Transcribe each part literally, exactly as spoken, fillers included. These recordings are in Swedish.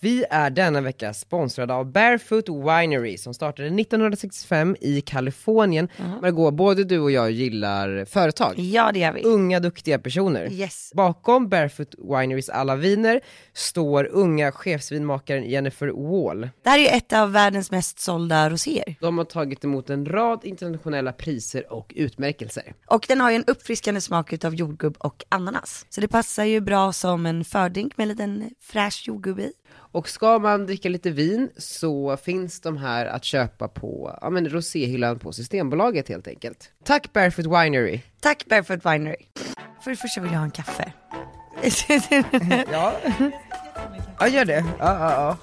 Vi är denna vecka sponsrade av Barefoot Winery som startade nittonhundrasextiofem i Kalifornien. Uh-huh. Margot, både du och jag gillar företag. Ja, det gör vi. Unga, duktiga personer. Yes. Bakom Barefoot Winerys alla viner står unga chefsvinmakaren Jennifer Wall. Det här är ett av världens mest sålda roséer. De har tagit emot en rad internationella priser och utmärkelser. Och den har ju en uppfriskande smak utav jordgubb och ananas. Så det passar ju bra som en fördrink med en liten fräsch jordgubb i. Och ska man dricka lite vin så finns de här att köpa på ja, men roséhyllan på Systembolaget helt enkelt. Tack Barefoot Winery. Tack Barefoot Winery. För det första vill jag ha en kaffe. Ja. Ja, gör det. Ja, ja, ja.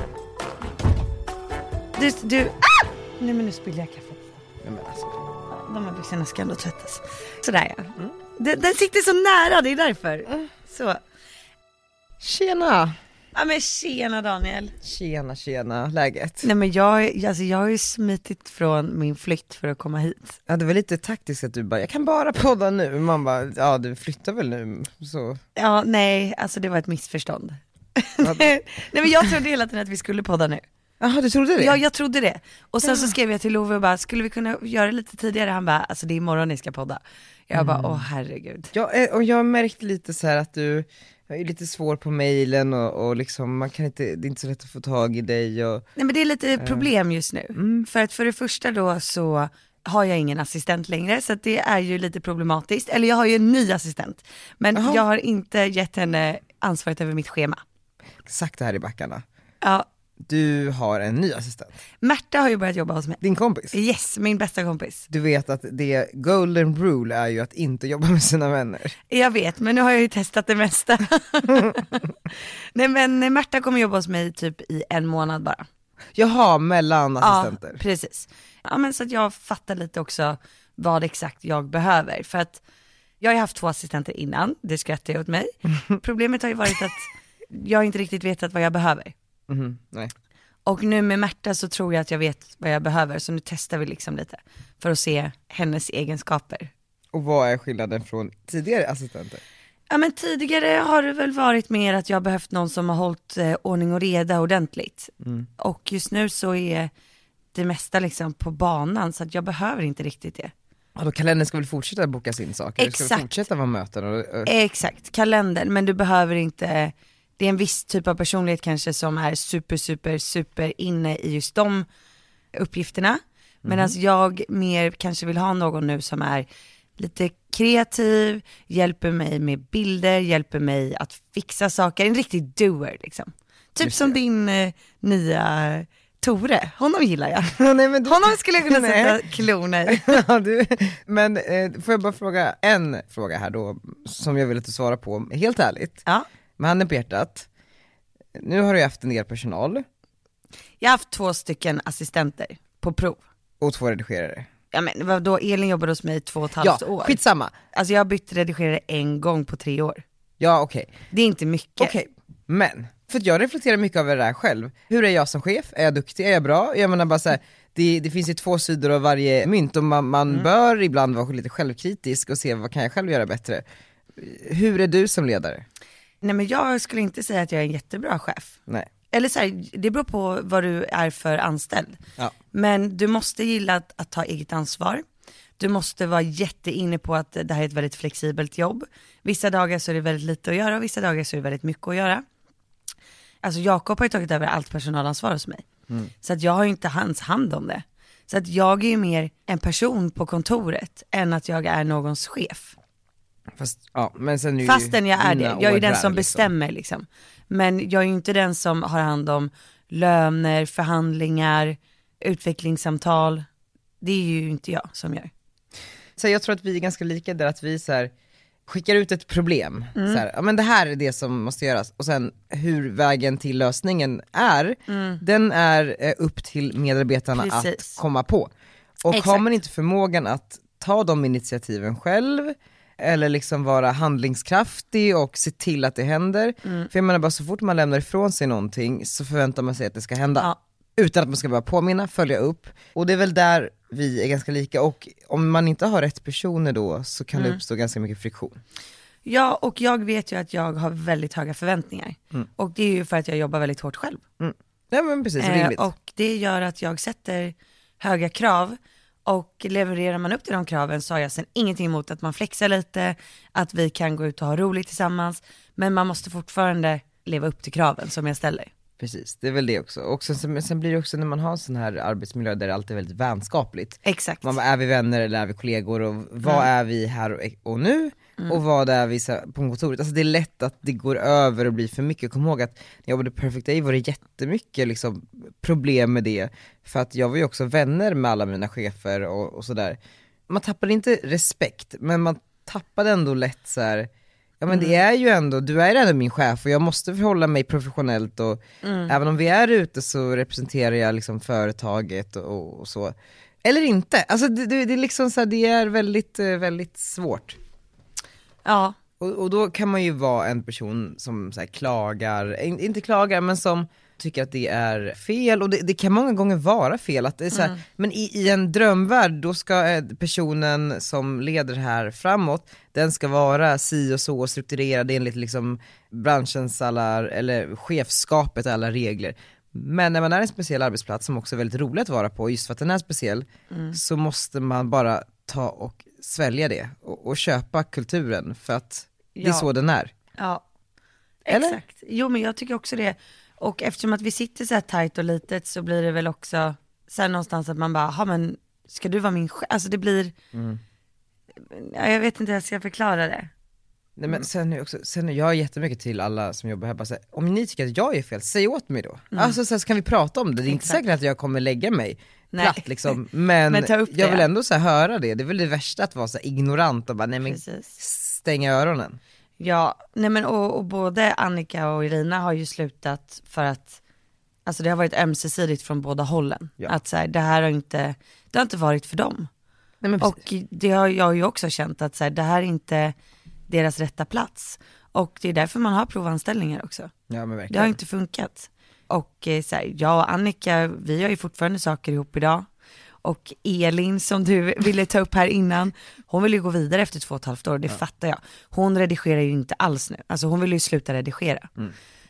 Du, du... Ah! Nej, men nu spiller jag kaffe. Ja, men alltså. De här byxorna ska ändå tvättas. Sådär, ja. Mm. Den, den sitter så nära, det är därför. Mm. Så. Tjena. Ja, men tjena Daniel. Tjena, tjena. Läget? Nej, men jag, alltså, jag har ju smitit från min flytt för att komma hit. Ja, det var lite taktiskt att du bara, jag kan bara podda nu. Man bara, ja du flyttar väl nu, så. Ja, nej, alltså det var ett missförstånd. Ja. Nej, men jag trodde hela tiden att vi skulle podda nu. Jaha, du trodde det? Ja, jag trodde det. Och sen ja. så skrev jag till Love och bara, skulle vi kunna göra det lite tidigare? Han bara, alltså det är imorgon ni ska podda. Jag mm. bara, åh herregud. Ja, och jag har märkt lite så här att du är lite svår på mejlen och, och liksom, man kan inte, det är inte så lätt att få tag i dig. Och, nej, men det är lite problem just nu. Mm. För att för det första då så har jag ingen assistent längre, så att det är ju lite problematiskt. Eller jag har ju en ny assistent, men Aha. jag har inte gett henne ansvaret över mitt schema. Exakt det här i backarna. Ja. Du har en ny assistent. Märta har ju börjat jobba hos mig. Din kompis? Yes, min bästa kompis. Du vet att det golden rule är ju att inte jobba med sina vänner. Jag vet, men nu har jag ju testat det mesta. Nej, men Märta kommer jobba hos mig typ i en månad bara. Jaha, mellan assistenter. Ja, precis. Ja, men så att jag fattar lite också vad exakt jag behöver. För att jag har haft två assistenter innan, det skrattar jag åt mig. Problemet har ju varit att jag inte riktigt vetat vad jag behöver. Mm, nej. Och nu med Märta så tror jag att jag vet vad jag behöver. Så nu testar vi liksom lite för att se hennes egenskaper. Och vad är skillnaden från tidigare assistenter? Ja, men tidigare har det väl varit mer att jag har behövt någon som har hållit eh, ordning och reda ordentligt. Mm. Och just nu så är det mesta liksom på banan, så att jag behöver inte riktigt det. Ja, då kalendern ska väl fortsätta boka sin sak? Exakt. Det ska väl fortsätta vara möten? Och, och... Exakt, kalendern, men du behöver inte. Det är en viss typ av personlighet kanske som är super, super, super inne i just de uppgifterna. Mm. Medan jag mer kanske vill ha någon nu som är lite kreativ, hjälper mig med bilder, hjälper mig att fixa saker. En riktig doer liksom. Typ som din eh, nya Tore, honom gillar jag. Nej, men du... Honom skulle jag kunna sätta klona i. Ja, du... Men eh, får jag bara fråga en fråga här då, som jag vill att du svarar på, helt ärligt. Ja. Men handen på hjärtat, nu har du haft en del personal. Jag har haft två stycken assistenter på prov. Och två redigerare. Ja, men vadå, Elin jobbade hos mig två och ett halvt ja, år. Skitsamma. Alltså jag har bytt redigerare en gång på tre år. Ja, okej. Okay. Det är inte mycket. Okej, okay. Men för att jag reflekterar mycket över det här själv. Hur är jag som chef? Är jag duktig? Är jag bra? Jag menar bara så här, det, det finns ju två sidor av varje mynt och man, man mm. bör ibland vara lite självkritisk och se vad kan jag själv göra bättre. Hur är du som ledare? Nej, men jag skulle inte säga att jag är en jättebra chef. Nej. Eller så här, det beror på vad du är för anställd. Ja. Men du måste gilla att, att ta eget ansvar. Du måste vara jätteinne på att det här är ett väldigt flexibelt jobb. Vissa dagar så är det väldigt lite att göra och vissa dagar så är det väldigt mycket att göra. Alltså Jakob har ju tagit över allt personalansvar hos mig. Mm. Så att jag har ju inte hans hand om det. Så att jag är ju mer en person på kontoret än att jag är någons chef. Fast, ja, men sen är Fastän jag är det. Jag är ju den som liksom bestämmer liksom. Men jag är ju inte den som har hand om löner, förhandlingar, utvecklingssamtal. Det är ju inte jag som gör. Så jag tror att vi är ganska lika där, att vi så här, skickar ut ett problem. Mm. Så här, ja, men det här är det som måste göras. Och sen hur vägen till lösningen är, mm. den är eh, upp till medarbetarna Precis. Att komma på. Och Exakt. Har man inte förmågan att ta de initiativen själv, eller liksom vara handlingskraftig och se till att det händer. Mm. För jag menar bara, så fort man lämnar ifrån sig någonting så förväntar man sig att det ska hända. Ja. Utan att man ska bara påminna, följa upp. Och det är väl där vi är ganska lika. Och om man inte har rätt personer då så kan mm. det uppstå ganska mycket friktion. Ja, och jag vet ju att jag har väldigt höga förväntningar. Mm. Och det är ju för att jag jobbar väldigt hårt själv. Mm. Ja men precis, rimligt. Eh, och det gör att jag sätter höga krav. Och levererar man upp till de kraven så har jag sen ingenting emot att man flexar lite. Att vi kan gå ut och ha roligt tillsammans. Men man måste fortfarande leva upp till kraven som jag ställer. Precis, det är väl det också. Och sen, sen blir det också när man har en sån här arbetsmiljö där det alltid är väldigt vänskapligt. Exakt. Man bara, är vi vänner eller är vi kollegor och vad mm. är vi här och, och nu? Mm. Och vad är vi så, på kontoret? Alltså det är lätt att det går över och blir för mycket. Kom ihåg att när jag jobbade på Perfect Day var det jättemycket liksom, problem med det. För att jag var ju också vänner med alla mina chefer och, och sådär. Man tappade inte respekt, men man tappade ändå lätt så här. Ja men mm. det är ju ändå, du är ändå min chef och jag måste förhålla mig professionellt och mm. även om vi är ute så representerar jag liksom företaget och, och så. Eller inte, alltså det, det, det är liksom så här, det är väldigt, väldigt svårt. Ja. Och, och då kan man ju vara en person som så här, klagar, inte klagar men som tycker att det är fel och det, det kan många gånger vara fel att det är så här, mm. men i, i en drömvärld då ska personen som leder här framåt, den ska vara si och så strukturerad enligt liksom branschens alla, eller chefskapet alla regler. Men när man är en speciell arbetsplats som också är väldigt roligt att vara på, just för att den är speciell, mm. så måste man bara ta och svälja det och, och köpa kulturen för att ja. det är så den är. Ja, eller? Exakt. Jo men jag tycker också det. Och eftersom att vi sitter så här tajt och litet så blir det väl också sen någonstans att man bara, ja men ska du vara min chef? Alltså det blir, mm. jag vet inte hur jag ska förklara det. Nej men sen är också, sen är jag jättemycket till alla som jobbar här, bara så här, om ni tycker att jag är fel, säg åt mig då. Mm. Alltså så, här, så kan vi prata om det, det är inte säkert att jag kommer lägga mig nej. platt liksom, men, men jag vill det. ändå så här, höra det, det är väl det värsta att vara så här, ignorant och bara, nej men precis. Stänga öronen. Ja, nej men och, och både Annika och Irina har ju slutat för att alltså det har varit ömsesidigt från båda hållen. Ja. Att så här, det här har inte, det har inte varit för dem. Nej, men och det har jag ju också känt att så här, det här är inte deras rätta plats. Och det är därför man har provanställningar också. Ja, men verkligen. Det har inte funkat. Och så här, jag och Annika, vi har ju fortfarande saker ihop idag. Och Elin som du ville ta upp här innan, hon vill ju gå vidare efter två och ett halvt år, det ja. fattar jag. Hon redigerar ju inte alls nu, alltså hon vill ju sluta redigera. Mm.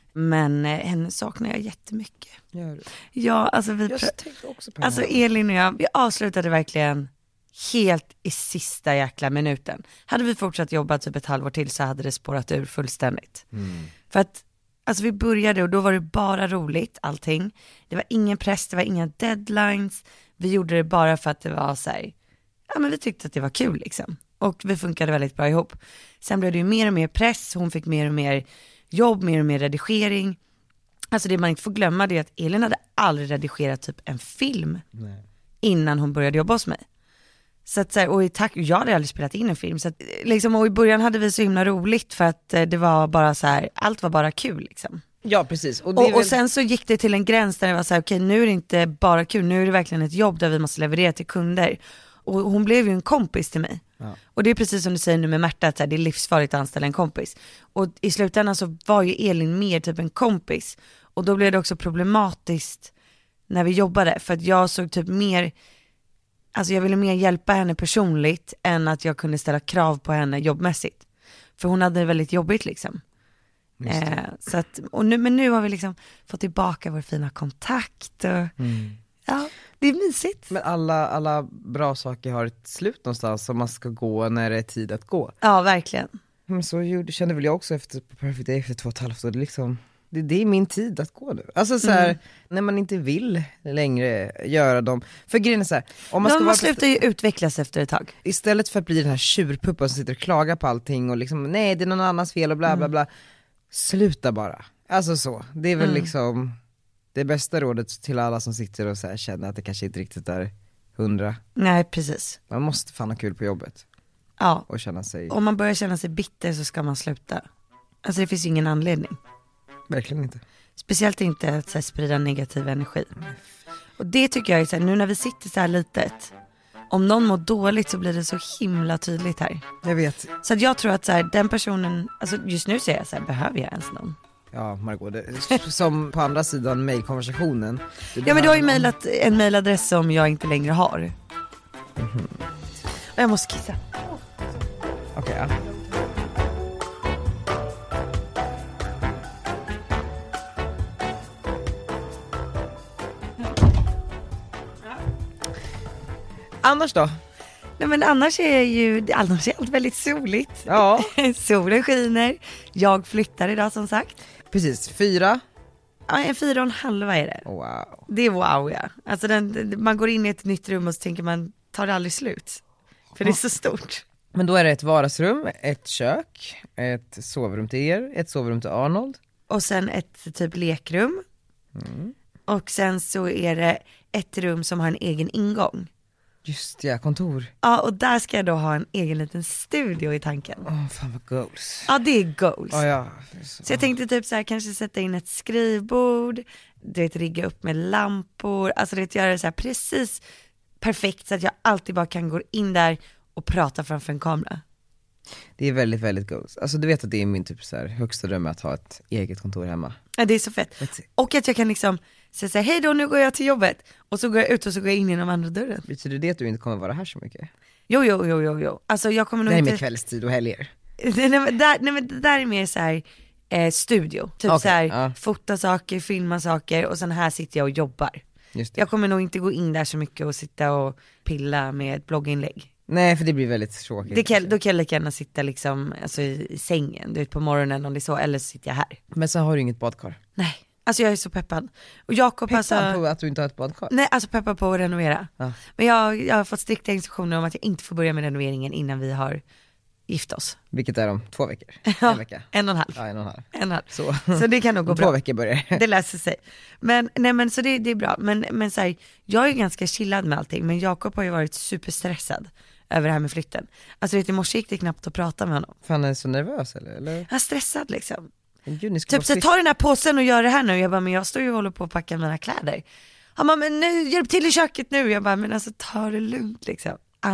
Men eh, henne saknar jag jättemycket. Gör du? Ja, alltså vi pr- också på alltså Elin och jag, vi avslutade verkligen helt i sista jäkla minuten. Hade vi fortsatt jobba typ ett halvår till så hade det spårat ur fullständigt. Mm. För att alltså vi började och då var det bara roligt allting. Det var ingen press, det var inga deadlines. Vi gjorde det bara för att det var så här, ja men vi tyckte att det var kul liksom. Och vi funkade väldigt bra ihop. Sen blev det ju mer och mer press, hon fick mer och mer jobb, mer och mer redigering. Alltså det man inte får glömma det är att Elin hade aldrig redigerat typ en film nej. Innan hon började jobba hos mig. Så att så här, och i tack, jag hade aldrig spelat in en film. Så att, liksom, och i början hade vi så himla roligt för att det var bara så här, allt var bara kul liksom. Ja, precis. Och, och, väl... och sen så gick det till en gräns där det var så här, okej okay, nu är det inte bara kul, nu är det verkligen ett jobb där vi måste leverera till kunder. Och hon blev ju en kompis till mig. Ja. Och det är precis som du säger nu med Märta, att så här, det är livsfarligt att anställa en kompis. Och i slutändan så var ju Elin mer typ en kompis. Och då blev det också problematiskt när vi jobbade. För att jag såg typ mer, alltså jag ville mer hjälpa henne personligt än att jag kunde ställa krav på henne jobbmässigt. För hon hade det väldigt jobbigt liksom. Eh, så att, och nu, men nu har vi liksom fått tillbaka vår fina kontakt och mm. ja, det är mysigt. Men alla, alla bra saker har ett slut någonstans som man ska gå när det är tid att gå. Ja, verkligen. Men så gjorde, kände väl jag också efter på Perfect Day efter två och ett halvt år, det, liksom, det, det är min tid att gå nu. Alltså så här, mm. när man inte vill längre göra dem. För grejen är så här, om man de ska vara slutar ju utvecklas efter ett tag. Istället för att bli den här tjurpuppen som sitter och klagar på allting och liksom, nej det är någon annans fel och bla bla bla. Mm. Sluta bara. Alltså så. Det är väl mm. liksom det bästa rådet till alla som sitter och så här känner att det kanske inte riktigt är hundra. Nej, precis. Man måste fan ha kul på jobbet. Ja. Och känna sig... Om man börjar känna sig bitter så ska man sluta. Alltså det finns ju ingen anledning. Verkligen inte. Speciellt inte att så här, sprida negativ energi. Mm. Och det tycker jag är så här, nu när vi sitter så här litet, om någon mår dåligt så blir det så himla tydligt här. Jag vet. Så att jag tror att så här, den personen, alltså just nu säger jag så här, behöver jag ens någon? Ja, Margot, det, som på andra sidan mejlkonversationen. Ja, men du har ju mejlat en mejladress som jag inte längre har. Mm-hmm. Jag måste kissa. Okej, okay, ja. Annars då? Nej men annars är ju annars är allt väldigt soligt. Ja. Solen skiner. Jag flyttar idag som sagt. Precis, fyra. Ja, en fyra och en halva är det. Wow. Det är wow, ja. Alltså den, man går in i ett nytt rum och så tänker man, tar det aldrig slut? För det är så stort. Men då är det ett vardagsrum, ett kök, ett sovrum till er, ett sovrum till Arnold. Och sen ett typ lekrum. Mm. Och sen så är det ett rum som har en egen ingång. Just ja, kontor. Ja, och där ska jag då ha en egen liten studio i tanken. Åh, oh, fan vad goals. Ja, det är goals. Oh, ja. Så jag tänkte typ så här, kanske sätta in ett skrivbord, du vet, rigga upp med lampor, alltså det göra det så här precis perfekt så att jag alltid bara kan gå in där och prata framför en kamera. Det är väldigt, väldigt goals. Alltså du vet att det är min typ så här högsta dröm att ha ett eget kontor hemma. Ja, det är så fett. Och att jag kan liksom säga så här, hej då, nu går jag till jobbet. Och så går jag ut och så går jag in genom andra dörren. Betyder det att du inte kommer vara här så mycket? Jo, jo, jo, jo, jo. Alltså jag kommer nog det är inte... med kvällstid och helger. nej, men där, nej men det där är mer så här eh, studio. Typ okay, så här, ja. fota saker, filma saker och sen här sitter jag och jobbar. Just det. Jag kommer nog inte gå in där så mycket och sitta och pilla med ett blogginlägg. Nej, för det blir väldigt tråkigt. Det kan, då kan jag lika gärna sitta liksom, alltså i, i sängen, du vet, på morgonen om det är så, eller så sitter jag här. Men så har du inget badkar. Nej, alltså jag är så peppad. Och Jakob peppad alltså, på att du inte har ett badkar? Nej, alltså peppad på att renovera. Ja. Men jag, jag har fått strikta instruktioner om att jag inte får börja med renoveringen innan vi har gift oss. Vilket är om två veckor? Ja, en vecka? En och en halv. Ja, en och en halv. En och en halv. Så. så det kan nog gå bra. Två veckor börjar det. löser sig. Men, nej, men så det, det är bra. Men, men så här, jag är ganska chillad med allting. Men Jakob har ju varit superstressad över det här med flytten. Alltså vet, i morse gick det knappt att prata med honom. Fan, är du så nervös eller? eller? Han är stressad liksom. Gud, typ så ta den här påsen och gör det här nu. Jag bara, men jag står ju och håller på att packa mina kläder. Han bara, men nu, hjälp till i köket nu. Jag bara, men alltså ta det lugnt liksom.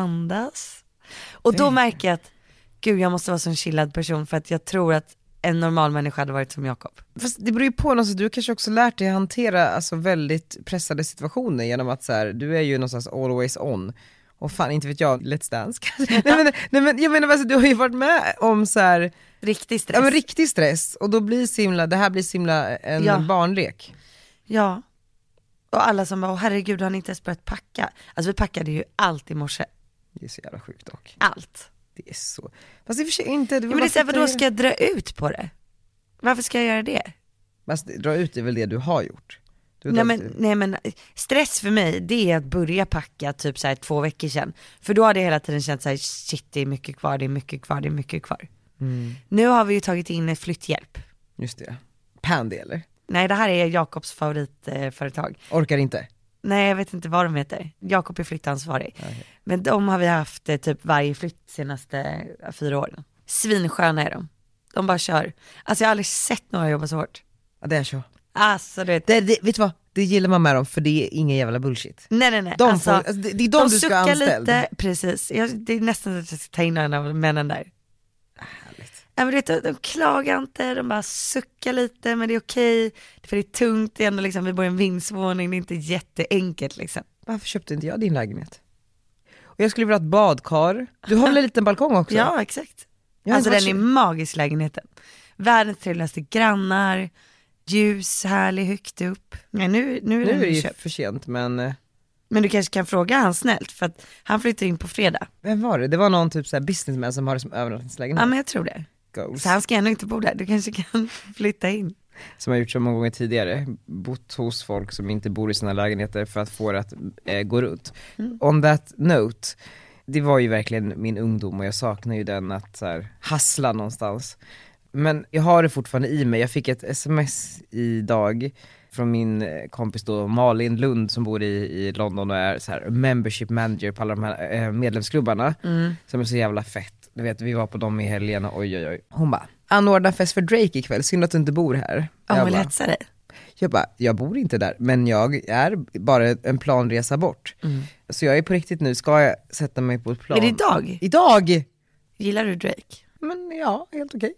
Andas. Och då märker jag att gud, jag måste vara så en chillad person. För att jag tror att en normal människa hade varit som Jakob. Fast det beror ju på något, du kanske också lärt dig att hantera alltså, väldigt pressade situationer. Genom att så här, du är ju någonstans always on. Och fan, inte vet jag, Let's Dance nej, men, nej men jag menar alltså, du har ju varit med om så här riktig stress. Ja, men riktig stress. Och då blir simla, det här blir simla en ja. barnlek. Ja. Och alla som bara, oh, herregud, har ni inte ens börjat packa? Alltså vi packade ju allt i morse. Det är så jävla sjukt dock. Allt. Det är så. Fast i och för sig inte. Det ja, men det är så här, vadå ska jag dra ut på det? Varför ska jag göra det? Fast dra ut är väl det du har gjort. Nej men, nej men stress för mig, det är att börja packa typ så här två veckor sedan. För då hade jag hela tiden känt så här, shit det är mycket kvar, det är mycket kvar, det är mycket kvar. Mm. Nu har vi ju tagit in ett flytthjälp. Just det. Pandy eller? Nej, det här är Jakobs favoritföretag. Orkar inte? Nej, jag vet inte vad de heter. Jakob är flyttansvarig. Okay. Men de har vi haft typ varje flytt senaste fyra åren. Svinsköna är de. De bara kör. Alltså jag har aldrig sett några jobba så hårt. Ja, det är så. Alltså du vet. Det, det, vet du vad? Det gillar man med dem för det är ingen jävla bullshit. Nej nej nej. De alltså, får, alltså, det, det är de, de du ska anställa. Lite, precis. Jag, det är nästan att jag ska ta in en av männen där. Härligt. Ja, men vet, de, de klagar inte, de bara suckar lite, men det är okej. För det är tungt, det är ändå liksom, vi bor i en vindsvåning, det är inte jätteenkelt liksom. Varför köpte inte jag din lägenhet? Och jag skulle vilja ha ett badkar. Du har väl en liten balkong också? Ja, exakt. Alltså den är magisk, lägenheten. Världens trevligaste grannar, ljus, härlig, högt upp. Ja, nu, nu är, nu är det ju köpt. för sent, men... Men du kanske kan fråga han snällt, för att han flyttar in på fredag. Vem var det? Det var någon typ så här businessman som har det som övernattningslägenhet. Ja, men jag tror det. Goals. Så han ska ändå inte bo där, du kanske kan flytta in. Som har gjort så många gånger tidigare, bott hos folk som inte bor i sina lägenheter för att få det att eh, gå runt. Mm. On that note, det var ju verkligen min ungdom och jag saknar ju den att så här, hassla någonstans. Men jag har det fortfarande i mig. Jag fick ett sms idag från min kompis då Malin Lund som bor i, i London och är så här membership manager på alla de här eh, medlemsklubbarna mm. som är så jävla fett. Du vet, vi var på dem i helgen och oj oj oj. Hon bara, anordna fest för Drake ikväll, synd att du inte bor här. Ja, hon vill hetsa dig. Jag bara, jag bor inte där, men jag är bara en planresa bort. Mm. Så jag är på riktigt nu, ska jag sätta mig på ett plan. Är det idag? Idag! Gillar du Drake? Men ja, helt okej.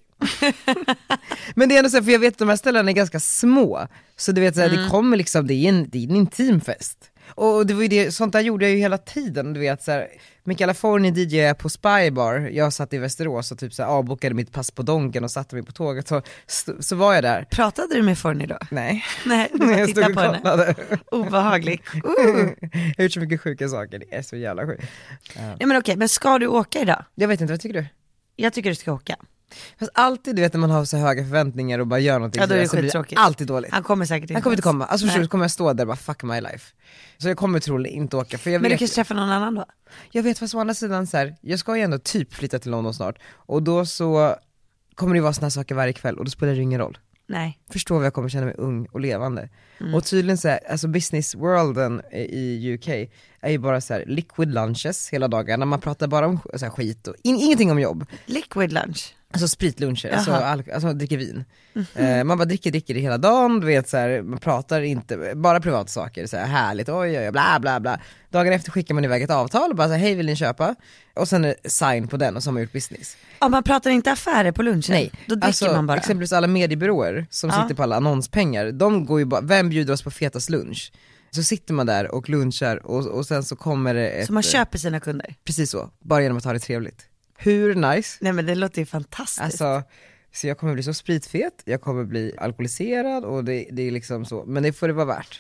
Men det är ändå så, för jag vet att de här ställena är ganska små. Så du vet, så här, mm. det kommer liksom, det är, en, det är en intim fest. Och det var ju det, sånt där gjorde jag ju hela tiden, du vet så här, Michaela Forni D J på Spybar, jag satt i Västerås och typ så här, avbokade mitt pass på Donken och satte mig på tåget, så, så, så var jag där. Pratade du med Forni då? Nej. Nej, du bara tittade på henne. Obehaglig. Uh. Jag har gjort så mycket sjuka saker, det är så jävla sjukt. Ja. Nej men okej, men ska du åka idag? Jag vet inte, vad tycker du? Jag tycker du ska åka. Fast alltid, du vet när man har så höga förväntningar och bara gör någonting, ja, då är det så blir det alltid dåligt. Han kommer säkert inte. Han kommer inte komma, alltså förstår, kommer jag stå där och bara fuck my life. Så jag kommer troligen inte åka, för jag Men vet, du kanske träffa någon annan då? Jag vet, fast å andra sidan så här, jag ska ju ändå typ flytta till London snart, och då så kommer det vara såna här saker varje kväll, och då spelar det ingen roll. Nej. Förstår vad jag kommer känna mig ung och levande. Mm. Och tydligen så här, alltså business worlden i U K är ju bara så här liquid lunches hela dagen, när man pratar bara om så här skit och in, ingenting om jobb. Liquid lunch? Alltså spritluncher, alltså, al- alltså dricker vin. Mm-hmm. Eh, man bara dricker, dricker det hela dagen, du vet så här, man pratar inte, bara privata saker, så här, härligt, oj oj bla bla bla. Dagen efter skickar man iväg ett avtal och bara så här, hej vill ni köpa? Och sen är det sign på den och så har man gjort business. Ja, man pratar inte affärer på lunchen? Nej, då dricker alltså, man bara. Exempelvis alla mediebyråer som ja. sitter på alla annonspengar, de går ju bara, vem bjuder oss på fetast lunch? Så sitter man där och lunchar och, och sen så kommer det ett, så man köper sina kunder? Precis så, bara genom att ha det trevligt. Hur nice? Nej men det låter ju fantastiskt. Alltså, så jag kommer bli så spritfet, jag kommer bli alkoholiserad och det, det är liksom så, men det får det vara värt.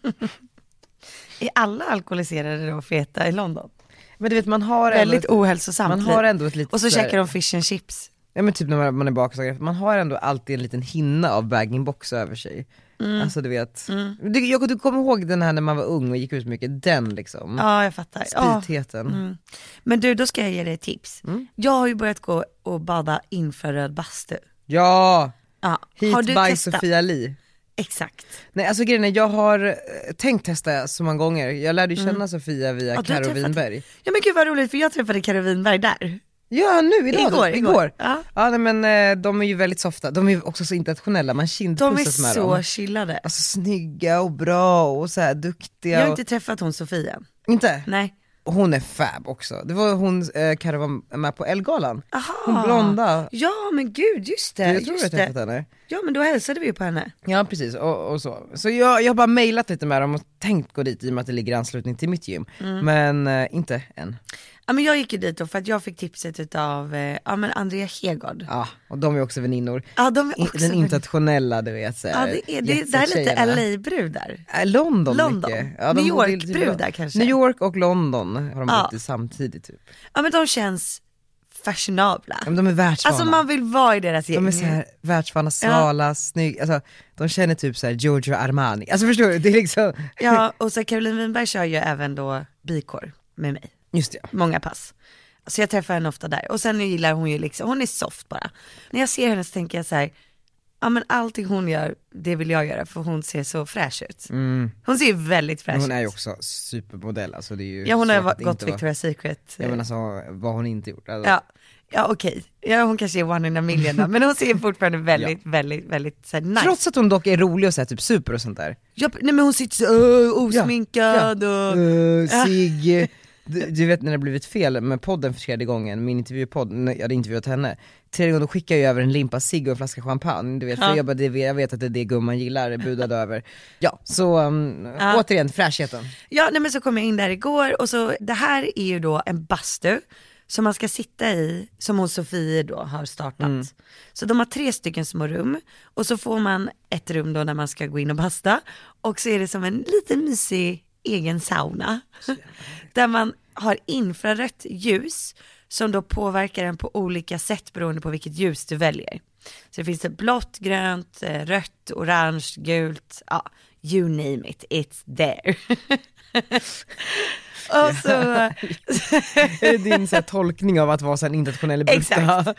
Är alla alkoholiserade då feta i London? Men du vet, man har väldigt ändå ohälsosamt. Man har ändå ett litet, och så käkar de fish and chips. Ja men typ när man, man är bakis, man har ändå alltid en liten hinna av bag-in-box över sig. Mm. Alltså du vet, mm. du, jag, du kommer ihåg den här när man var ung och gick ut mycket, den liksom. Ja jag fattar. Spritheten. Ja. Mm. Men du, då ska jag ge dig ett tips. Mm. Jag har ju börjat gå och bada infraröd bastu. Ja, ja. Hit by Sofia Li. Exakt. Nej alltså grejen är, jag har tänkt testa så många gånger. Jag lärde ju känna mm. Sofia via ja, Karo Winberg. Ja men gud vad roligt, för jag träffade Karo Winberg där. Ja nu, idag, igår, igår. igår. Ja. ja nej, men de är ju väldigt softa, de är också så internationella, man kindpussas med dem. De är så chillade. Alltså snygga och bra och så här duktiga. Jag har och... inte träffat hon Sofia. Inte? Nej. Hon är fab också. Det var hon, eh, Karo var med på Ellegalan. Aha. Hon blonda. Ja men gud, just det. Jag tror just jag träffat henne. Ja men då hälsade vi ju på henne. Ja precis, och, och så. Så jag, jag har bara mejlat lite med dem och tänkt gå dit i och med att det ligger i anslutning till mitt gym. Mm. Men eh, inte än. Ja men jag gick ju dit då för att jag fick tipset utav eh, ja men Andrea Hegard. Ja, och de är också väninnor. Ja de är också Den internationella, du vet så här, ja det är, det, det är lite L A-brudar. Äh, London, London. mycket. Ja, New York-brudar kanske. New York och London har de ja. lite samtidigt typ. Ja men de känns fashionabla. Ja, men de är världsvana. Alltså man vill vara i deras gäng. De är så här världsvana, svala, ja. snygg, alltså de känner typ så här Giorgio Armani. Alltså förstår du, det är liksom. Ja och så Caroline Winberg kör ju även då bikor med mig. Just det. Många pass. Så jag träffar henne ofta där. Och sen gillar hon ju liksom, hon är soft bara. När jag ser henne så tänker jag så här, ja men allting hon gör, det vill jag göra för hon ser så fräsch ut. Mm. Hon ser ju väldigt fräsch ut. Hon är ju också supermodell, alltså det är ju. Ja hon har gått Victoria's var... Secret. Ja men alltså, vad hon inte gjort. Alltså. Ja, ja okej. Ja hon kanske är one in a million men hon ser fortfarande väldigt, ja. väldigt, väldigt så här, nice. Trots att hon dock är rolig och så här, typ super och sånt där. Ja, nej men hon sitter så uh, osminkad ja. Ja. och... Uh, sig... Du, du vet när det blivit fel med podden för tredje gången, min intervjupodd, när jag hade intervjuat henne, tredje gången då skickade jag över en limpa cigg och en flaska champagne, du vet, ja. för jag, bara, det, jag vet att det är det gumman gillar, budade över. Ja, så um, ja. återigen, fräschheten. Ja, nej men så kom jag in där igår och så, det här är ju då en bastu som man ska sitta i, som hon Sofie då har startat. Mm. Så de har tre stycken små rum och så får man ett rum då när man ska gå in och basta och så är det som en liten mysig egen sauna där man har infrarött ljus som då påverkar den på olika sätt beroende på vilket ljus du väljer. Så det finns det blått, grönt, rött, orange, gult, ja, you name it, it's there. Och så är det din så här, tolkning av att vara så en internationell brutta? Exakt.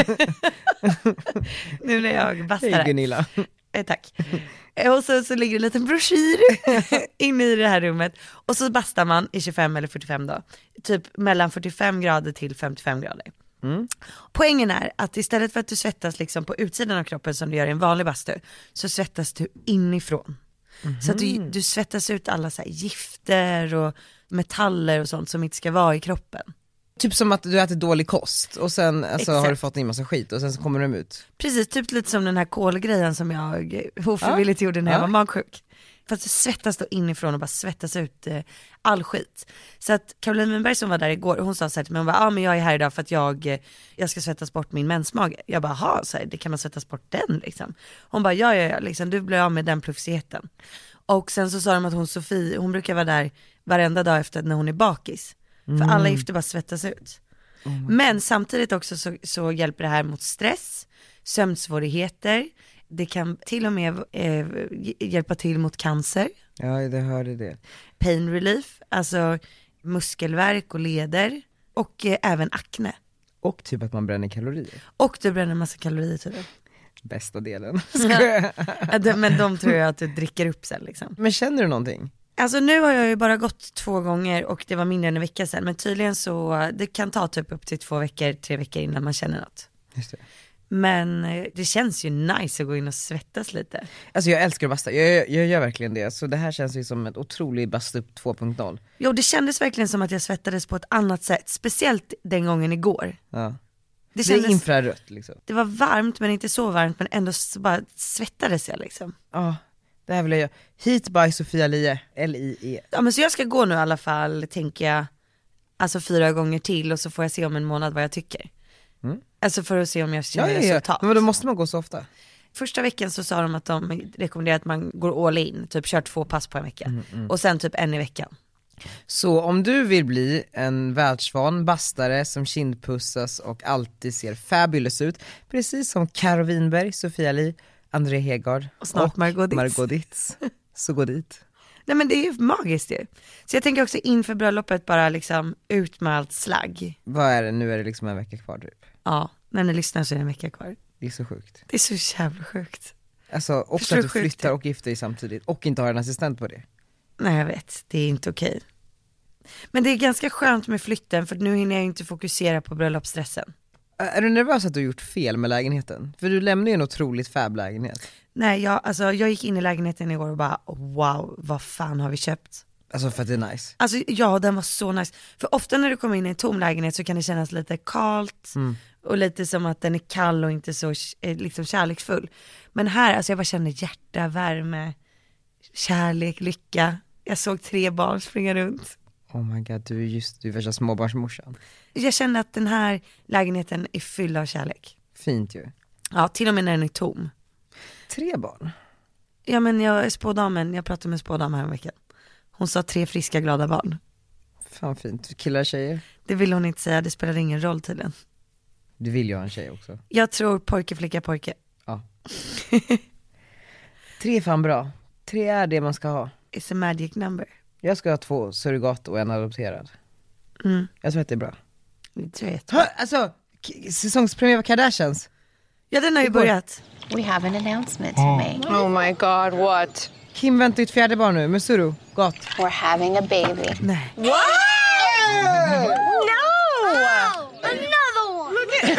Nu när jag bastar. Hej Gunilla. Eh, tack. Och så, så ligger det en liten broschyr inne i det här rummet. Och så bastar man i tjugofem eller fyrtiofem då. Typ mellan fyrtiofem grader till femtiofem grader. Mm. Poängen är att istället för att du svettas liksom på utsidan av kroppen som du gör i en vanlig bastu, så svettas du inifrån. Mm. Så att du, du svettas ut alla så här gifter och metaller och sånt som inte ska vara i kroppen. Typ som att du äter dålig kost och sen alltså, har du fått in massa skit och sen så kommer de ut. Precis, typ lite som den här kolgrejen som jag ofrivilligt ja. gjorde när jag ja. var magsjuk. för att svettas då inifrån och bara svettas ut eh, all skit. Så att Caroline Winberg som var där igår, hon sa så här till mig, hon bara, ja ah, men jag är här idag för att jag, eh, jag ska svettas bort min mensmage. Jag bara, ha så här, det kan man svettas bort den liksom. Hon bara, ja ja ja, liksom, du blir av med den plufsigheten. Och sen så sa de att hon Sofie, hon brukar vara där varenda dag efter när hon är bakis. Mm. För alla gifter bara svettas ut. Mm. Men samtidigt också så, så hjälper det här mot stress, sömnsvårigheter. Det kan till och med eh, hjälpa till mot cancer. Ja, det hörde det. Pain relief, alltså muskelvärk och leder. Och eh, även akne. Och typ att man bränner kalorier. Och du bränner massa kalorier till det. Bästa delen. Ja, det, men de tror jag att du dricker upp sen liksom. Men känner du någonting? Alltså nu har jag ju bara gått två gånger och det var mindre än en vecka sedan. Men tydligen så, det kan ta typ upp till två veckor, tre veckor innan man känner något. Just det. Men det känns ju nice att gå in och svettas lite. Alltså jag älskar att basta, jag, jag gör verkligen det. Så det här känns ju som ett otroligt basta upp två punkt noll. Jo, det kändes verkligen som att jag svettades på ett annat sätt. Speciellt den gången igår. Ja. Det, kändes, det är infrarött liksom. Det var varmt men inte så varmt, men ändå så bara svettades jag liksom. Ja, det här vill jag göra. Heat by Sofia Lie, L I E. Ja men så jag ska gå nu i alla fall, tänker jag. Alltså fyra gånger till och så får jag se om en månad vad jag tycker. Mm. Alltså för att se om jag känner ja, ja, ja. resultat. Men då måste man gå så ofta? Första veckan så sa de att de rekommenderar att man går all in, typ kör två pass på en vecka. Mm, mm. Och sen typ en i veckan. Så om du vill bli en världsvan bastare som kindpussas och alltid ser fabulous ut, precis som Karo Winberg, Sofia Lie, André Hegard och snart och Margot Ditz. Margot Ditz, så gå dit. Nej men det är ju magiskt ju. Så jag tänker också inför bröllopet bara liksom ut med allt slagg. Vad är det, nu är det liksom en vecka kvar typ? Ja, när ni lyssnar så är det en vecka kvar. Det är så sjukt. Det är så jävla sjukt. Alltså också att du flyttar och gifter dig samtidigt och inte har en assistent på det. Nej jag vet, det är inte okej. Men det är ganska skönt med flytten för nu hinner jag inte fokusera på bröllopsstressen. Är du nervös att du har gjort fel med lägenheten? För du lämnade ju en otroligt fab lägenhet. Nej, jag, alltså, jag gick in i lägenheten igår och bara wow, vad fan har vi köpt? Alltså för att det är nice. Alltså ja, den var så nice. För ofta när du kommer in i en tom lägenhet så kan det kännas lite kallt mm. och lite som att den är kall och inte så liksom kärleksfull. Men här, alltså jag bara kände hjärta, värme, kärlek, lycka. Jag såg tre barn springa runt. Oh my god, du är just, du är värsta småbarnsmorsan. Jag känner att den här lägenheten är full av kärlek. Fint ju. Ja, till och med när den är tom. Tre barn? Ja men jag är spådamen, jag pratade med spådamen här en vecka. Hon sa tre friska, glada barn. Fan fint, killar, tjejer? Det vill hon inte säga, det spelar ingen roll tydligen. Du vill ju ha en tjej också. Jag tror pojke, flicka, pojke. Ja. Tre är fan bra. Tre är det man ska ha. It's a magic number. Jag ska ha två surrogat och en adopterad. Mm. Jag tror att det är bra. Det tror jag jättebra. Alltså, k- säsongspremiär av Kardashians. Ja, den har ju börjat. We have an announcement to make. Oh my god, what? Kim väntar ett fjärde barn nu med surrogat. We're having a baby. Nej. What? No! Another one!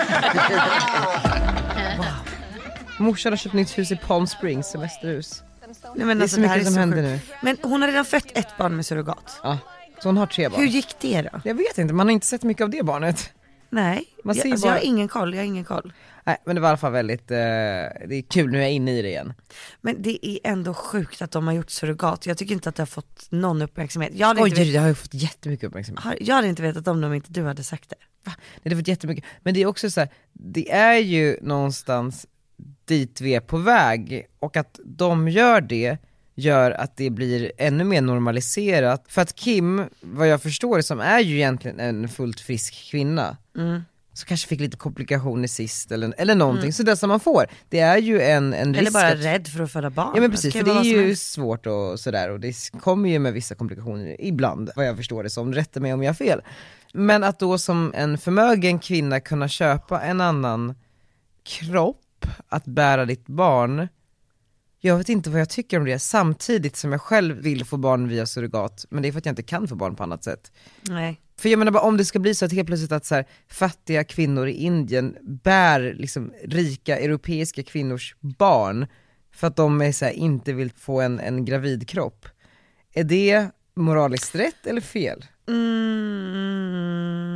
Wow. Morsan har köpt nytt hus i Palm Springs, semesterhus. Nej, men det är alltså, så mycket det här är som så händer sjukt. nu. Men hon har redan fött ett barn med surrogat. Ja, så hon har tre barn. Hur gick det då? Jag vet inte, man har inte sett mycket av det barnet. Nej, man ser jag, alltså, bara... jag har ingen koll, jag har ingen koll. Nej, men det var i alla fall väldigt, eh, det är kul, nu är jag inne i det igen. Men det är ändå sjukt att de har gjort surrogat. Jag tycker inte att det har fått någon uppmärksamhet. Jag hade Oj, inte vet... det har ju fått jättemycket uppmärksamhet. Jag hade inte vetat om dem inte du hade sagt det. Va? Nej, det har fått jättemycket. Men det är också så här, det är ju någonstans dit vi är på väg. Och att de gör det gör att det blir ännu mer normaliserat. För att Kim, vad jag förstår, som är ju egentligen en fullt frisk kvinna, mm. så kanske fick lite komplikationer sist eller, eller någonting, mm. så det som man får, det är ju en, en risk. Eller bara att... rädd för att föda barn. Ja men precis, det för det är ju svårt och sådär, och det kommer ju med vissa komplikationer ibland, vad jag förstår det som, rätta mig om jag har fel. Men att då som en förmögen kvinna kunna köpa en annan kropp att bära ditt barn, jag vet inte vad jag tycker om det, samtidigt som jag själv vill få barn via surrogat, men det är för att jag inte kan få barn på annat sätt. Nej. För jag menar bara, om det ska bli så att helt plötsligt att så här, fattiga kvinnor i Indien bär liksom rika europeiska kvinnors barn för att de är, så här, inte vill få en, en gravid kropp, är det moraliskt rätt eller fel?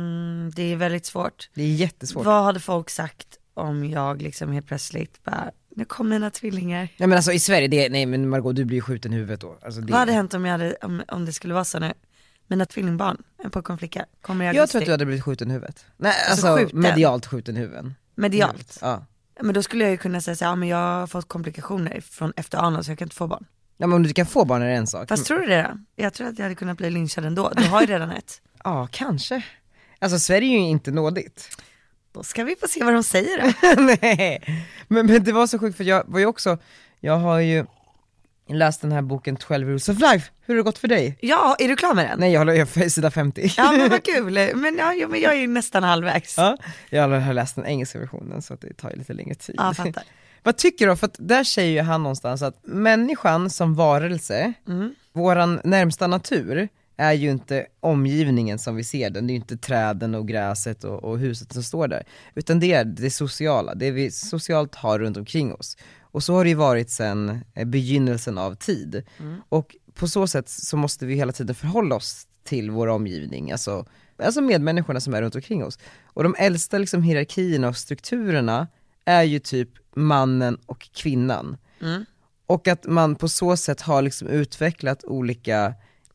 Mm, det är väldigt svårt. Det är jättesvårt. Vad hade folk sagt om jag liksom helt plötsligt bara Nu kom mina tvillingar. Nej men alltså i Sverige, det, nej men Margot, du blir ju skjuten i huvudet då. Alltså, det... Vad hade hänt om, jag hade, om, om det skulle vara så nu? Mina tvillingbarn, en pojke och en flicka, kommer jag Jag tror att du hade blivit skjuten i huvudet. Nej alltså, alltså skjuten. medialt skjuten i huvudet. Medialt? Ja. Men då skulle jag ju kunna säga så här, ja men jag har fått komplikationer från efter Arnold så jag kan inte få barn. Ja men om du kan få barn är det en sak. Fast tror du det då? Jag tror att jag hade kunnat bli lynchad ändå, du har ju redan ett. Ja, kanske. Alltså Sverige är ju inte nådigt. Då ska vi få se vad de säger då. Nej, men, men det var så sjukt för jag var ju också, jag har ju läst den här boken twelve Rules of Life. Hur har det gått för dig? Ja, är du klar med den? Nej, jag håller jag för sida femtio. Ja men vad kul, men, ja, men jag är ju nästan halvvägs. Ja, jag har läst den engelska versionen så att det tar ju lite längre tid. Ja, fattar. Vad tycker du? För att där säger ju han någonstans att människan som varelse, mm. våran närmsta natur är ju inte omgivningen som vi ser den, det är ju inte träden och gräset och, och huset som står där, utan det är det sociala, det vi socialt har runt omkring oss. Och så har det ju varit sedan begynnelsen av tid. Mm. Och på så sätt så måste vi hela tiden förhålla oss till vår omgivning, alltså, alltså medmänniskorna som är runt omkring oss. Och de äldsta liksom hierarkierna och strukturerna är ju typ mannen och kvinnan. Mm. Och att man på så sätt har liksom utvecklat olika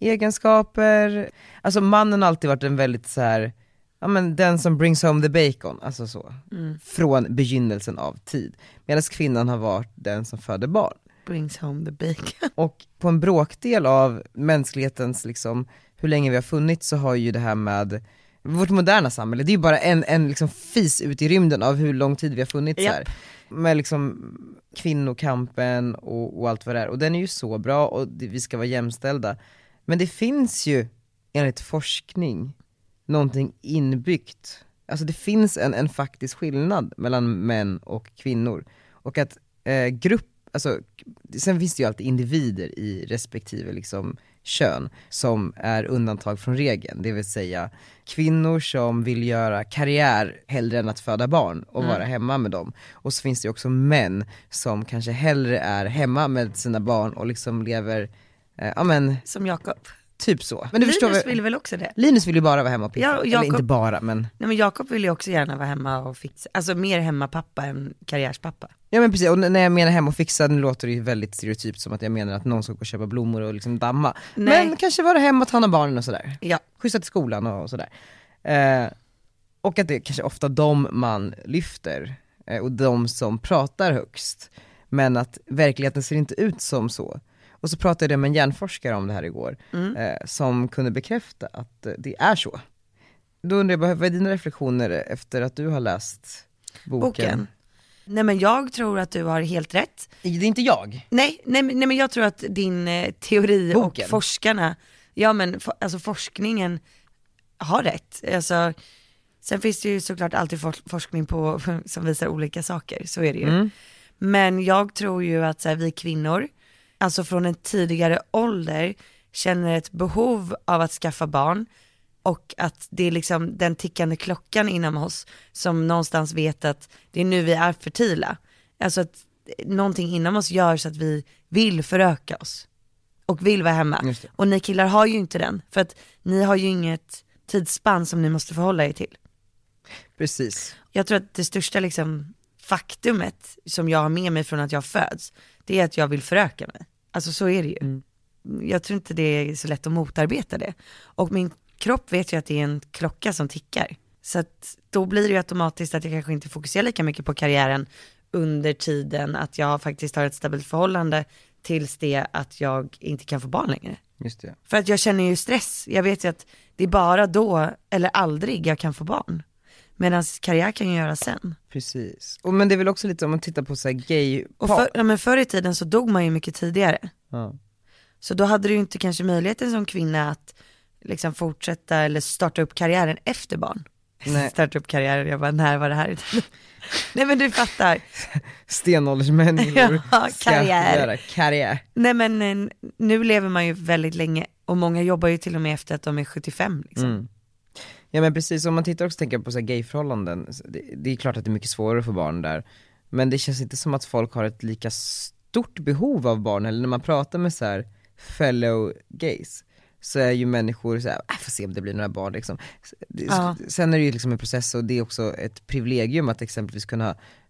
egenskaper. Alltså mannen har alltid varit en väldigt så här, ja men den som brings home the bacon, alltså så. Mm. Från begynnelsen av tid. Medan kvinnan har varit den som föder barn. Brings home the bacon. Och på en bråkdel av mänsklighetens liksom, hur länge vi har funnits, så har ju det här med vårt moderna samhälle, det är ju bara en, en liksom fis ut i rymden av hur lång tid vi har funnits yep. här. Med liksom kvinnokampen och, och allt vad det är. Och den är ju så bra och det, vi ska vara jämställda. Men det finns ju enligt forskning någonting inbyggt. Alltså det finns en, en faktisk skillnad mellan män och kvinnor. Och att eh, grupp, alltså sen finns det ju alltid individer i respektive liksom kön som är undantag från regeln. Det vill säga kvinnor som vill göra karriär hellre än att föda barn och mm. vara hemma med dem. Och så finns det ju också män som kanske hellre är hemma med sina barn och liksom lever eh, ja men som Jakob. Typ så. Men du Linus förstår, vill väl också det? Linus vill ju bara vara hemma och piffa. Ja, och Jacob, eller inte bara, men... Nej men Jakob vill ju också gärna vara hemma och fixa. Alltså mer hemmapappa än karriärspappa. Ja men precis, och när jag menar hemma och fixa, nu låter det ju väldigt stereotypt som att jag menar att någon ska gå och köpa blommor och liksom damma. Nej. Men kanske vara hemma och ta hand om barnen och sådär. Ja. Skjutsa till skolan och, och sådär. Eh, och att det är kanske ofta de man lyfter eh, och de som pratar högst. Men att verkligheten ser inte ut som så. Och så pratade jag med en hjärnforskare om det här igår mm. eh, som kunde bekräfta att eh, det är så. Då undrar jag, vad är dina reflektioner efter att du har läst boken? boken? Nej men jag tror att du har helt rätt. Det är inte jag. Nej, nej, nej men jag tror att din eh, teori boken. Och forskarna, ja men for, alltså forskningen har rätt. Alltså, sen finns det ju såklart alltid for, forskning på som visar olika saker, så är det ju. Mm. Men jag tror ju att så här, vi kvinnor, alltså från en tidigare ålder, känner ett behov av att skaffa barn och att det är liksom den tickande klockan inom oss som någonstans vet att det är nu vi är fertila. Alltså att någonting inom oss gör så att vi vill föröka oss och vill vara hemma. Och ni killar har ju inte den, för att ni har ju inget tidsspann som ni måste förhålla er till. Precis. Jag tror att det största liksom faktumet som jag har med mig från att jag föds, det är att jag vill föröka mig. Alltså så är det ju. Mm. Jag tror inte det är så lätt att motarbeta det. Och min kropp vet ju att det är en klocka som tickar. Så att då blir det ju automatiskt att jag kanske inte fokuserar lika mycket på karriären under tiden att jag faktiskt har ett stabilt förhållande tills det att jag inte kan få barn längre. Just det. För att jag känner ju stress. Jag vet ju att det är bara då eller aldrig jag kan få barn. Medan karriär kan jag göra sen. Precis. Och men det är väl också lite om man tittar på så här gay och för, ja, men förr i tiden så dog man ju mycket tidigare. Ja. Så då hade du ju inte kanske möjligheten som kvinna att liksom fortsätta eller starta upp karriären efter barn. Nej. Starta upp karriären, jag bara, när var det här? Nej men du fattar. Stenåldersmänniskor ja, karriär. Göra karriär. Nej men nu lever man ju väldigt länge och många jobbar ju till och med efter att de är sjuttiofem liksom. Mm. Ja men precis, om man tittar också tänker på så här gayförhållanden, det, det är klart att det är mycket svårare för barn där, men det känns inte som att folk har ett lika stort behov av barn, eller när man pratar med så här fellow gays så är ju människor så här, äh, får se om det blir några barn liksom. Ja. Sen är det ju liksom en process och det är också ett privilegium att exempelvis kunna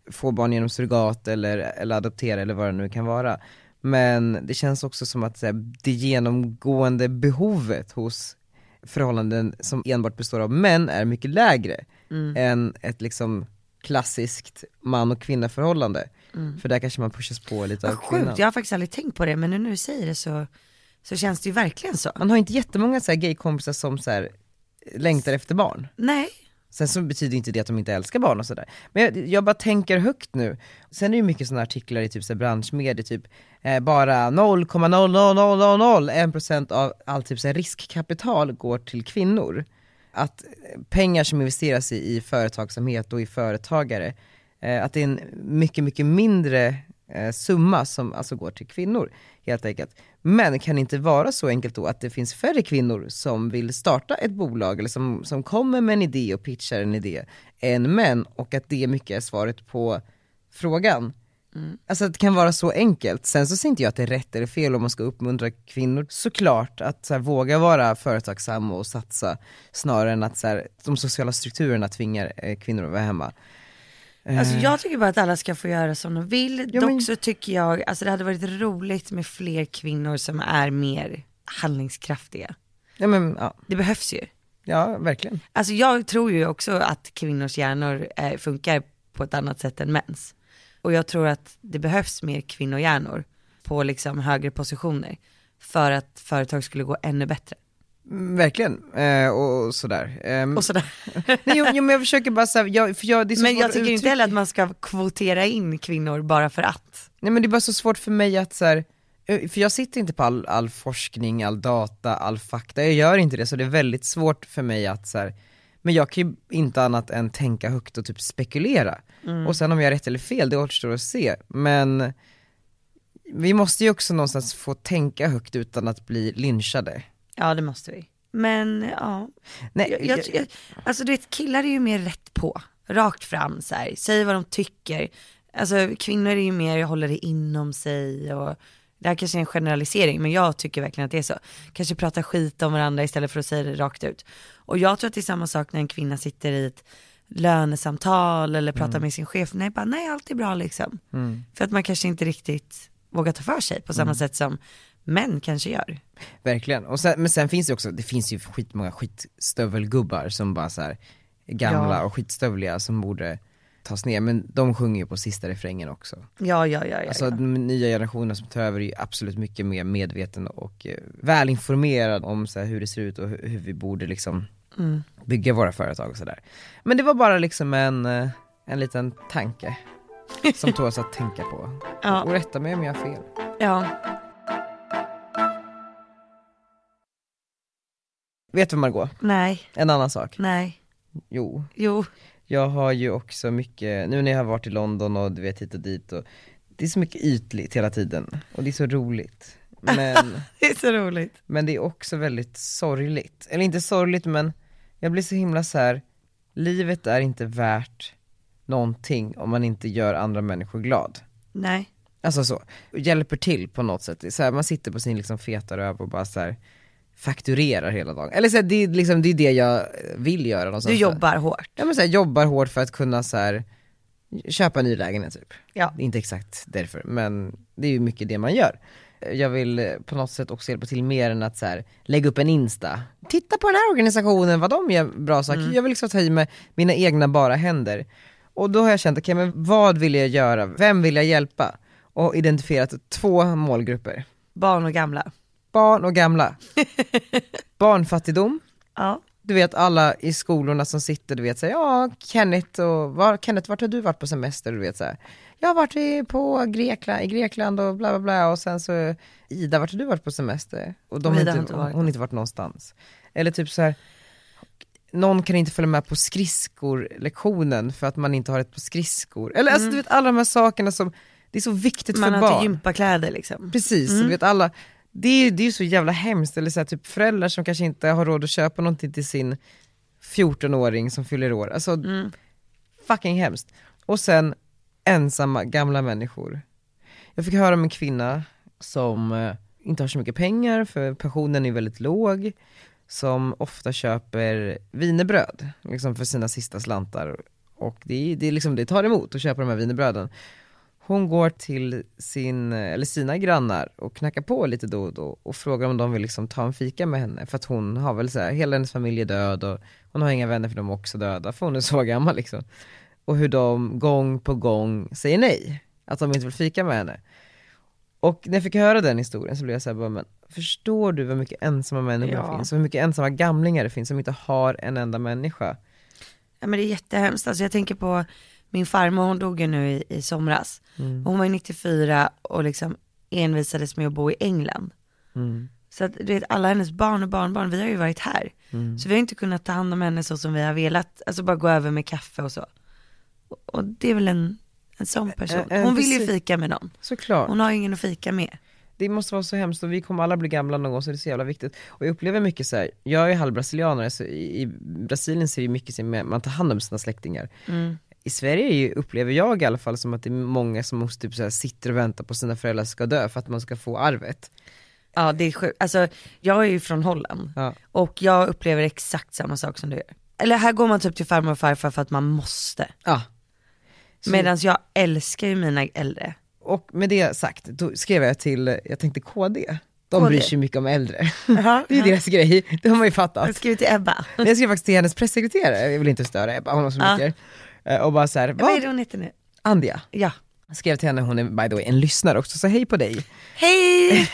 få barn genom surrogat eller, eller adoptera eller vad det nu kan vara. Men det känns också som att så här, det genomgående behovet hos förhållanden som enbart består av män är mycket lägre mm. än ett liksom klassiskt man- och kvinnaförhållande. Mm. För där kanske man pushas på lite av kvinnan. Sjukt, jag har faktiskt aldrig tänkt på det, men nu när du säger det så, så känns det ju verkligen så. Man har inte jättemånga så här gaykompisar som så här längtar efter barn. Nej. Sen så betyder inte det att de inte älskar barn och sådär. Men jag, jag bara tänker högt nu. Sen är det ju mycket sådana artiklar i typ så här branschmedier, typ eh, bara noll komma noll noll noll noll noll en procent av allt typ så här riskkapital går till kvinnor. Att pengar som investeras i, i företagsamhet och i företagare, eh, att det är en mycket, mycket mindre eh, summa som alltså går till kvinnor, helt enkelt. Men kan det inte vara så enkelt då att det finns färre kvinnor som vill starta ett bolag eller som, som kommer med en idé och pitchar en idé än män, och att det mycket är svaret på frågan. Mm. Alltså att det kan vara så enkelt. Sen så ser inte jag att det är rätt eller fel om man ska uppmuntra kvinnor, såklart, att så här, våga vara företagsam och satsa, snarare än att så här, de sociala strukturerna tvingar eh, kvinnor att vara hemma. Alltså jag tycker bara att alla ska få göra som de vill. Ja, men... Dock så tycker jag, alltså det hade varit roligt med fler kvinnor som är mer handlingskraftiga. Ja, men, ja. Det behövs ju. Ja, verkligen. Alltså jag tror ju också att kvinnors hjärnor eh, funkar på ett annat sätt än mäns. Och jag tror att det behövs mer kvinnohjärnor på liksom högre positioner för att företag skulle gå ännu bättre. Verkligen, eh, och sådär eh, Och sådär Nej, jo, jo, men jag försöker bara säga jag, för jag, det är så men jag tycker uttryck... inte heller att man ska kvotera in kvinnor bara för att. Nej, men det är bara så svårt för mig att så här, för jag sitter inte på all, all forskning, all data, all fakta, jag gör inte det, så det är väldigt svårt för mig att så här, men jag kan ju inte annat än tänka högt och typ spekulera mm. och sen om jag är rätt eller fel, det återstår att se. Men vi måste ju också någonstans få tänka högt utan att bli lynchade. Ja, det måste vi. Men ja, Nej, jag, jag, jag, alltså du vet, killar är ju mer rätt på, rakt fram så här, säger vad de tycker. Alltså kvinnor är ju mer, håller det inom sig, och det här kanske är en generalisering, men jag tycker verkligen att det är så. Kanske prata skit om varandra istället för att säga det rakt ut. Och jag tror att det är samma sak när en kvinna sitter i ett lönesamtal eller pratar mm. med sin chef. Nej, bara, nej, allt är bra liksom. Mm. För att man kanske inte riktigt vågar ta för sig på samma mm. sätt som män kanske gör. Verkligen. Och sen, men sen finns det också, det finns ju skitmånga skitstövelgubbar som bara så här gamla ja. och skitstövliga som borde tas ner, men de sjunger ju på sista refrängen också. Ja, ja, ja, ja. Alltså de nya generationer som tar över är ju absolut mycket mer medveten och eh, välinformerad om så här, hur det ser ut och hur, hur vi borde liksom mm. bygga våra företag och sådär. Men det var bara liksom en, en liten tanke som tog oss att tänka på. Ja. Och rätta mig om jag har fel. Ja. Vet du, Margot? Nej. En annan sak? Nej. Jo. Jo. Jag har ju också mycket, nu när jag har varit i London och du vet hit och dit, och det är så mycket ytligt hela tiden och det är så roligt. Men det är så roligt. Men det är också väldigt sorgligt. Eller inte sorgligt, men jag blir så himla så här, livet är inte värt någonting om man inte gör andra människor glad. Nej. Alltså så, hjälper till på något sätt. Så här, man sitter på sin liksom feta röv och bara så här fakturerar hela dagen. Eller så här, det är liksom, det är det jag vill göra någonstans. Du jobbar hårt. Ja, men så här, jobbar hårt för att kunna så här köpa en ny lägenhet typ. Ja. Det är inte exakt därför, men det är ju mycket det man gör. Jag vill på något sätt också hjälpa till mer än att så här, lägga upp en Insta. Titta på den här organisationen, vad de gör bra saker. Mm. Jag vill liksom ta i med mina egna bara händer. Och då har jag känt, okej, okay, men vad vill jag göra? Vem vill jag hjälpa? Och identifierat två målgrupper. Barn och gamla. Barn och gamla. Barnfattigdom. Ja. Du vet alla i skolorna som sitter, du vet så här, ja, Kenneth och var, Kenneth, vart har du varit på semester? Du vet så här, jag har varit på Grekland, i Grekland och bla bla bla, och sen så Ida, vart har du varit på semester? Och de inte, inte varit. Hon har inte varit någonstans. Eller typ så här, någon kan inte följa med på skridskor-lektionen för att man inte har ett på skridskor. Eller mm. alltså du vet alla de här sakerna som, det är så viktigt man för barn. Man har inte gympakläder liksom. Precis, mm. du vet alla. Det är, det är ju så jävla hemskt. Eller så här, typ föräldrar som kanske inte har råd att köpa någonting till sin fjortonåring som fyller år. Alltså mm. fucking hemskt. Och sen ensamma gamla människor. Jag fick höra om en kvinna som eh, inte har så mycket pengar för pensionen är väldigt låg, som ofta köper wienerbröd liksom för sina sista slantar, och det, det, liksom, det tar emot att köpa de här wienerbröden. Hon går till sin, eller sina grannar och knackar på lite då och då och frågar om de vill liksom ta en fika med henne, för att hon har väl så här, hela hennes familj är död och hon har inga vänner för de är också döda, för hon är så gammal liksom. Och hur de gång på gång säger nej, att de inte vill fika med henne. Och när jag fick höra den historien så blev jag så här, bara, men förstår du vad mycket ensamma människor ja. finns och hur mycket ensamma gamlingar det finns som inte har en enda människa? Ja, men det är jättehemskt, alltså jag tänker på min farmor, hon dog ju nu i, i somras. Mm. Hon var nittiofyra och liksom envisades med att bo i England. Mm. Så att du vet, alla hennes barn och barnbarn, vi har ju varit här. Mm. Så vi har inte kunnat ta hand om henne så som vi har velat. Alltså bara gå över med kaffe och så. Och, och det är väl en, en sån person. Hon vill ju fika med någon. Såklart. Hon har ingen att fika med. Det måste vara så hemskt och vi kommer alla bli gamla någon gång, så det är så jävla viktigt. Och jag upplever mycket så här, jag är halvbrasilianare, så i, i Brasilien ser det mycket som man tar hand om sina släktingar. Mm. I Sverige är ju, upplever jag i alla fall som att det är många som måste typ så här, sitter och väntar på sina föräldrar ska dö för att man ska få arvet. Ja, det är sjukt. Alltså, jag är ju från Holland ja. och jag upplever exakt samma sak som du gör. Eller här går man typ till farmor och farfar för att man måste. Ja. Medan jag älskar ju mina äldre. Och med det sagt, då skrev jag till, jag tänkte K D. De K D. Bryr sig mycket om äldre. Uh-huh. Det är deras grej, det har man ju fattat. Jag skrev till Ebba. Jag skrev faktiskt till hennes pressekreterare, jag vill inte störa Ebba, hon har så mycket. Uh. Och bara så här, vad är det hon heter nu? Andia. Ja. Jag skrev till henne, hon är by the way en lyssnare också, så hej på dig. Hej!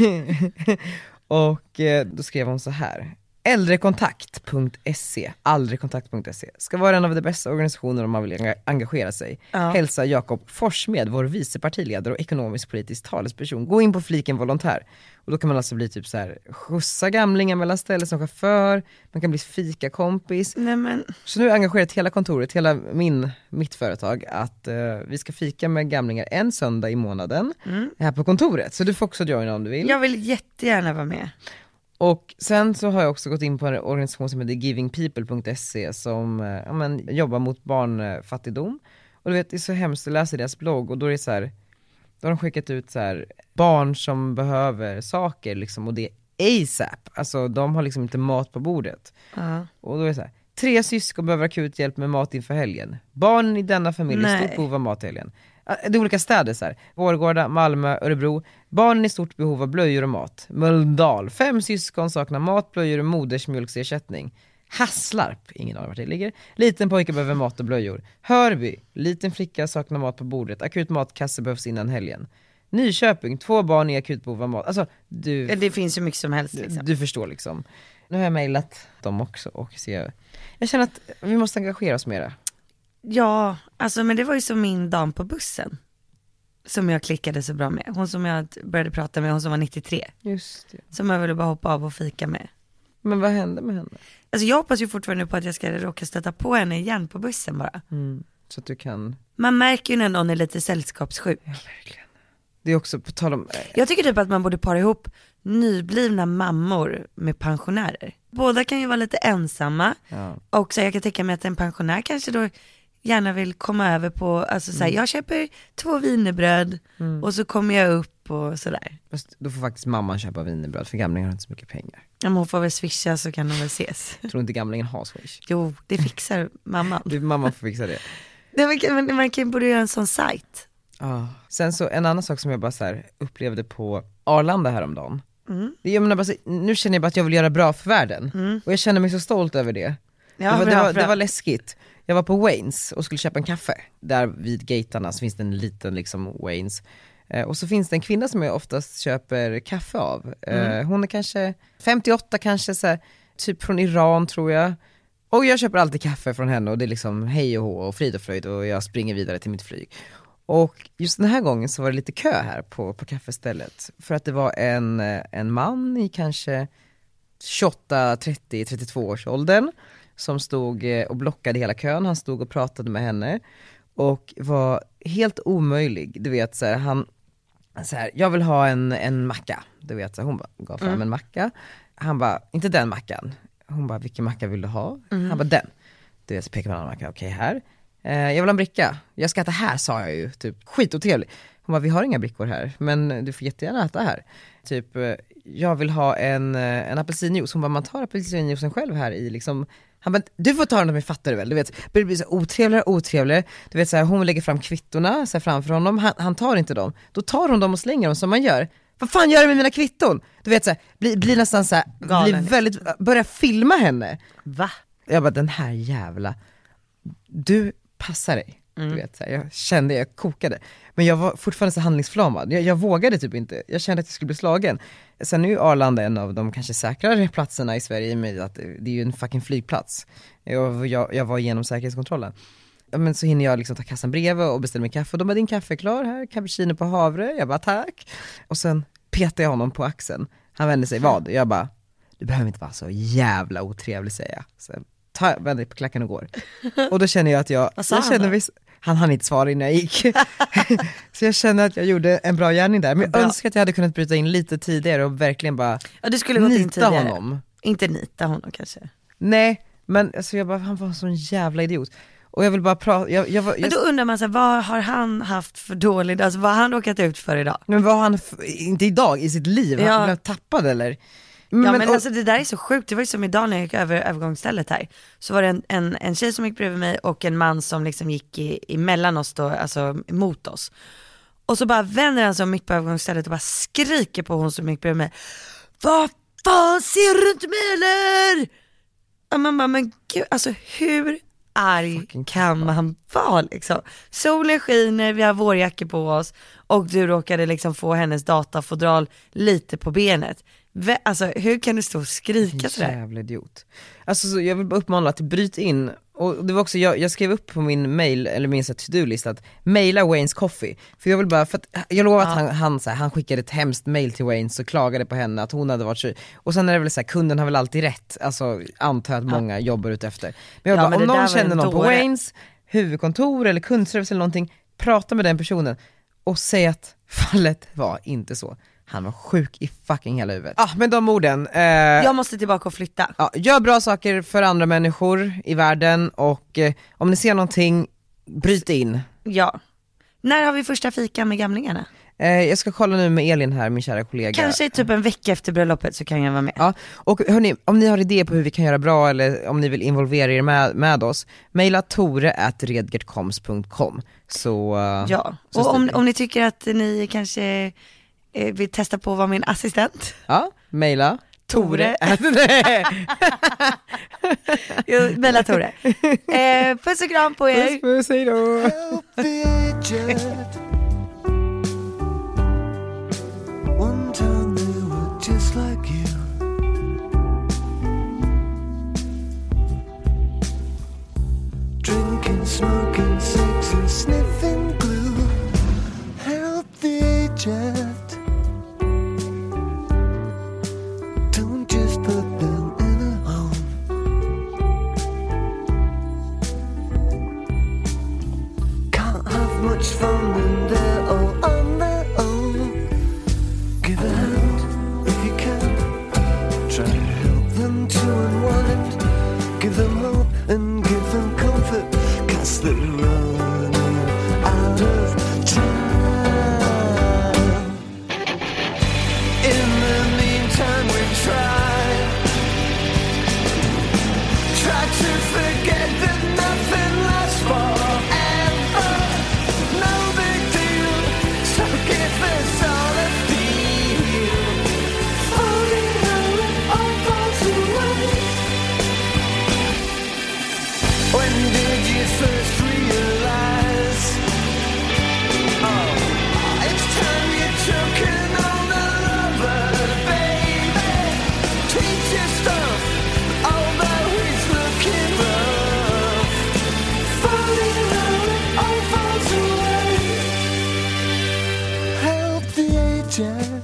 Och då skrev hon så här: äldrekontakt punkt se, aldrigkontakt punkt se ska vara en av de bästa organisationer om man vill engagera sig. Ja. Hälsa Jakob Forssmed, vår vicepartiledare och ekonomisk politisk talesperson. Gå in på fliken volontär. Och då kan man alltså bli typ så här, skjutsa gamlingar mellan ställen som chaufför, man kan bli fikakompis. Nej, men... Så nu har jag engagerat hela kontoret, hela min, mitt företag, att uh, vi ska fika med gamlingar en söndag i månaden mm. här på kontoret. Så du får också joina om du vill. Jag vill jättegärna vara med. Och sen så har jag också gått in på en organisation som heter giving people punkt se som ja, men, jobbar mot barnfattigdom. Och du vet, det är så hemskt att läsa deras blogg och då är det så här, då har de skickat ut så här, barn som behöver saker liksom, och det är ASAP. Alltså de har liksom inte mat på bordet. Uh-huh. Och då är det så här, tre syskon behöver akut hjälp med mat inför helgen. Barnen i denna familj är stort behov av mat i helgen. Det är olika städer så här. Vårgårda, Malmö, Örebro. Barnen i stort behov av blöjor och mat. Mölndal, fem syskon saknar mat, blöjor och modersmjölksersättning. Hasslarp, ingen aning vart det ligger. Liten pojke behöver mat och blöjor. Hörby, liten flicka saknar mat på bordet. Akut matkasse behövs innan helgen. Nyköping, två barn i akut behov av mat. Alltså, du, det finns ju mycket som helst liksom. Du, du förstår liksom. Nu har jag mejlat dem också och ser, jag känner att vi måste engagera oss mera. Ja, alltså men det var ju som min dam på bussen som jag klickade så bra med. Hon som jag började prata med, hon som var nittiotre. Just det. Som jag ville bara hoppa av och fika med. Men vad hände med henne? Alltså jag hoppas ju fortfarande på att jag ska råka stöta på henne igen på bussen bara. Mm, så att du kan... Man märker ju när någon är lite sällskapssjuk. Ja, verkligen. Det är också på tal om... Jag tycker typ att man borde para ihop nyblivna mammor med pensionärer. Båda kan ju vara lite ensamma. Ja. Och så jag kan tänka mig att en pensionär kanske då gärna vill komma över på, alltså såhär, mm. jag köper två wienerbröd mm. och så kommer jag upp och sådär. Fast då får faktiskt mamman köpa wienerbröd, för gamlingen har inte så mycket pengar. Ja, men hon får väl swisha så kan de väl ses. Jag tror inte gamlingen har swish. Jo, det fixar mamman. Det, mamman får fixa det. Nej, men man kan borde göra en sån sajt. Ah. Sen så en annan sak som jag bara så här upplevde på Arlanda häromdagen. Mm. Det, jag menar bara, nu känner jag bara att jag vill göra bra för världen. Mm. Och jag känner mig så stolt över det. Ja, det, var, bra, det, var, det var läskigt. Jag var på Waynes och skulle köpa en kaffe. Där vid gaterna så finns det en liten liksom Waynes. Eh, och så finns det en kvinna som jag oftast köper kaffe av. Eh, mm. Hon är kanske femtioåtta, kanske så här, typ från Iran tror jag. Och jag köper alltid kaffe från henne och det är liksom hej och hå och frid och fröjd och jag springer vidare till mitt flyg. Och just den här gången så var det lite kö här på, på kaffestället. För att det var en, en man i kanske tjugoåtta, trettio, trettiotvå års åldern som stod och blockade hela kön. Han stod och pratade med henne och var helt omöjlig. Du vet så här, han så här, jag vill ha en, en macka. Du vet så här, hon bara, gav fram mm. en macka. Han bara, inte den mackan. Hon bara, vilken macka vill du ha? Mm. Han bara, den. Du vet så pekar man en macka, okej här. Eh, jag vill ha en bricka. Jag ska äta här, sa jag ju. Typ skitotrevlig. Hon bara, vi har inga brickor här, men du får jättegärna äta här. Typ, jag vill ha en, en apelsinjuice. Hon bara, man tar apelsinjuicen själv här i liksom. Han bara, du får ta den, men fattar du väl? Du vet, det blir så otrevligare och otrevligare. Du vet så här, hon lägger fram kvittorna så här, framför honom, han, han tar inte dem. Då tar hon dem och slänger dem som man gör. Vad fan gör du med mina kvitton? Du vet så här, blir, blir nästan så här, blir väldigt, börjar filma henne. Va? Jag bara, den här jävla, du passar dig. Mm. Du vet, så här, jag kände, jag kokade. Men jag var fortfarande så handlingsförlamad. Jag, jag vågade typ inte. Jag kände att jag skulle bli slagen. Sen är ju Arlanda en av de kanske säkrare platserna i Sverige, med att det är ju en fucking flygplats. Jag, jag, jag var igenom säkerhetskontrollen. Men så hinner jag liksom ta kassan bredvid och beställa mig kaffe. De bara, din kaffe är klar här, cappuccino på havre. Jag bara, tack. Och sen petar jag honom på axeln. Han vänder sig, vad? Jag bara, du behöver inte vara så jävla otrevlig, säger jag. Så ta, vänder på klacken och går. Och då känner jag att jag, vad sa jag han känner då? vis, han hann inte svara innan jag gick. Så jag känner att jag gjorde en bra gärning där. Men jag bra. önskar att jag hade kunnat bryta in lite tidigare och verkligen bara ja, du skulle gått in nita tidigare. honom. Inte nita honom kanske. Nej, men alltså jag bara, han var en sån jävla idiot. Och jag vill bara prata, jag, jag, jag, men då undrar man så här, vad har han haft för dåligt, alltså vad har han råkat ut för idag? Men vad har han, inte idag, i sitt liv, ja. Han blev tappad eller? Men, ja men och, alltså det där är så sjukt, det var ju som idag när jag gick över övergångsstället här. Så var det en, en, en tjej som gick bredvid mig och en man som liksom gick i, emellan oss då, alltså emot oss. Och så bara vänder han sig mitt på övergångsstället och bara skriker på hon som gick bredvid mig. Vad fan, ser du inte mig eller? Och man bara, men gud, alltså hur arg kan man vara liksom? Solen skiner, vi har vårjackor på oss och du råkade liksom få hennes datafodral lite på benet. Alltså hur kan du stå och skrika sådär? Jävla idiot. Alltså så jag vill bara uppmana att bryt in. Och det var också, jag, jag skrev upp på min mail, eller min to-do-lista, att maila Waynes Coffee. För jag vill bara, för att jag lovar ja. att han, han, så här, han skickade ett hemskt mail till Waynes och klagade på henne att hon hade varit så. Och sen är det väl så här, kunden har väl alltid rätt. Alltså antar att många ja. jobbar ut efter. Men jag ja, bara, men om någon känner någon på Waynes huvudkontor eller kundservice eller någonting, prata med den personen och säg att fallet var inte så. Han var sjuk i fucking hela huvudet. Ja, ah, men de orden. Eh, jag måste tillbaka och flytta. Ja, gör bra saker för andra människor i världen och eh, om ni ser någonting, bryt in. Ja. När har vi första fika med gamlingarna? Eh, jag ska kolla nu med Elin här, min kära kollega. Kanske typ en vecka efter bröllopet så kan jag vara med. Ja, och hörni, om ni har idéer på hur vi kan göra bra eller om ni vill involvera er med, med oss, mejla tore at redgertkoms punkt com. Så, uh, ja, så och om, om ni tycker att ni kanske vill testa på att vara min assistent. Ja, mejla Tore. Jo, mejla Tore. Eh, puss och kram på er. Puss, puss, hej då. One time they were just like you. Drinking, smoking, sex and sniffing glue. Help the aged. Fun when they're all on their own. Give a hand if you can. Try to help them to unwind. Give them hope and give them comfort, 'cause they're running out of time. In the meantime we try Try to forget that nothing lasts forever. First realize, oh, it's time you took an older lover, baby. Teach your stuff, although he's looking rough. Falling in love, all falls away. Help the aged.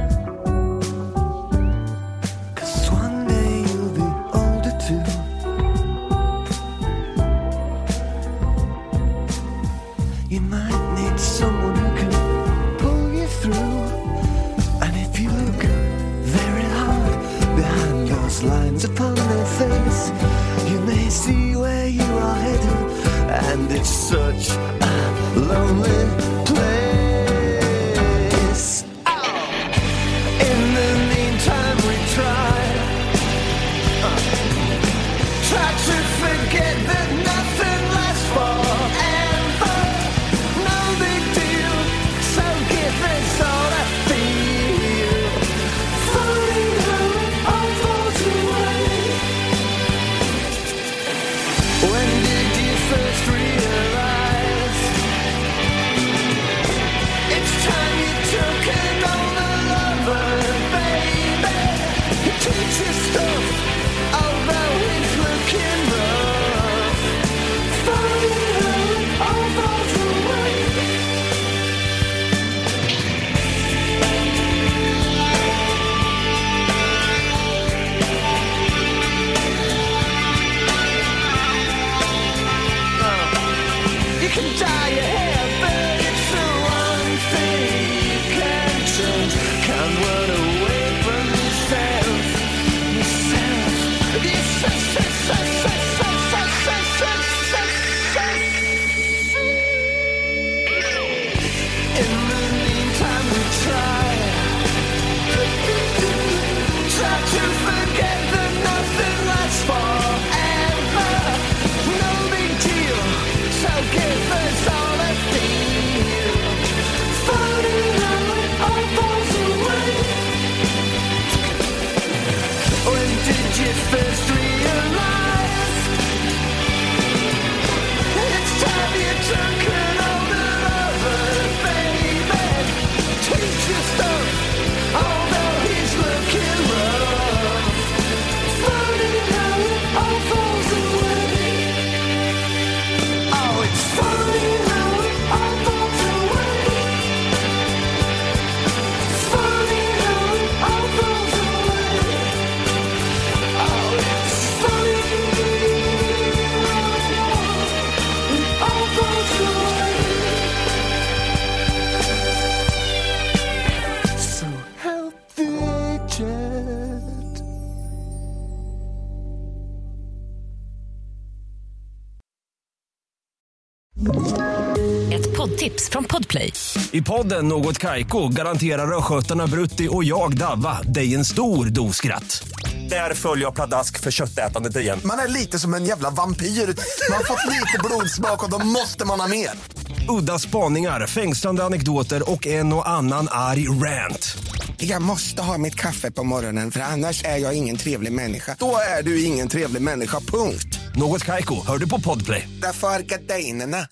You might need someone who can pull you through. And if you look very hard behind those lines upon their face, you may see where you are headed. And it's such a lonely place. Oh! In the meantime Ett poddtips från Podplay. I podden Något Kaiko garanterar röskötarna Brutti och jag Davva dig en stor doskratt. Där följer jag pladask för köttätandet igen. Man är lite som en jävla vampyr. Man har fått lite blodsmak och då måste man ha mer. Udda spaningar, fängslande anekdoter och en och annan arg rant. Jag måste ha mitt kaffe på morgonen för annars är jag ingen trevlig människa. Då är du ingen trevlig människa, punkt. Något Kaiko, hör du på Podplay. Därför är gardinerna.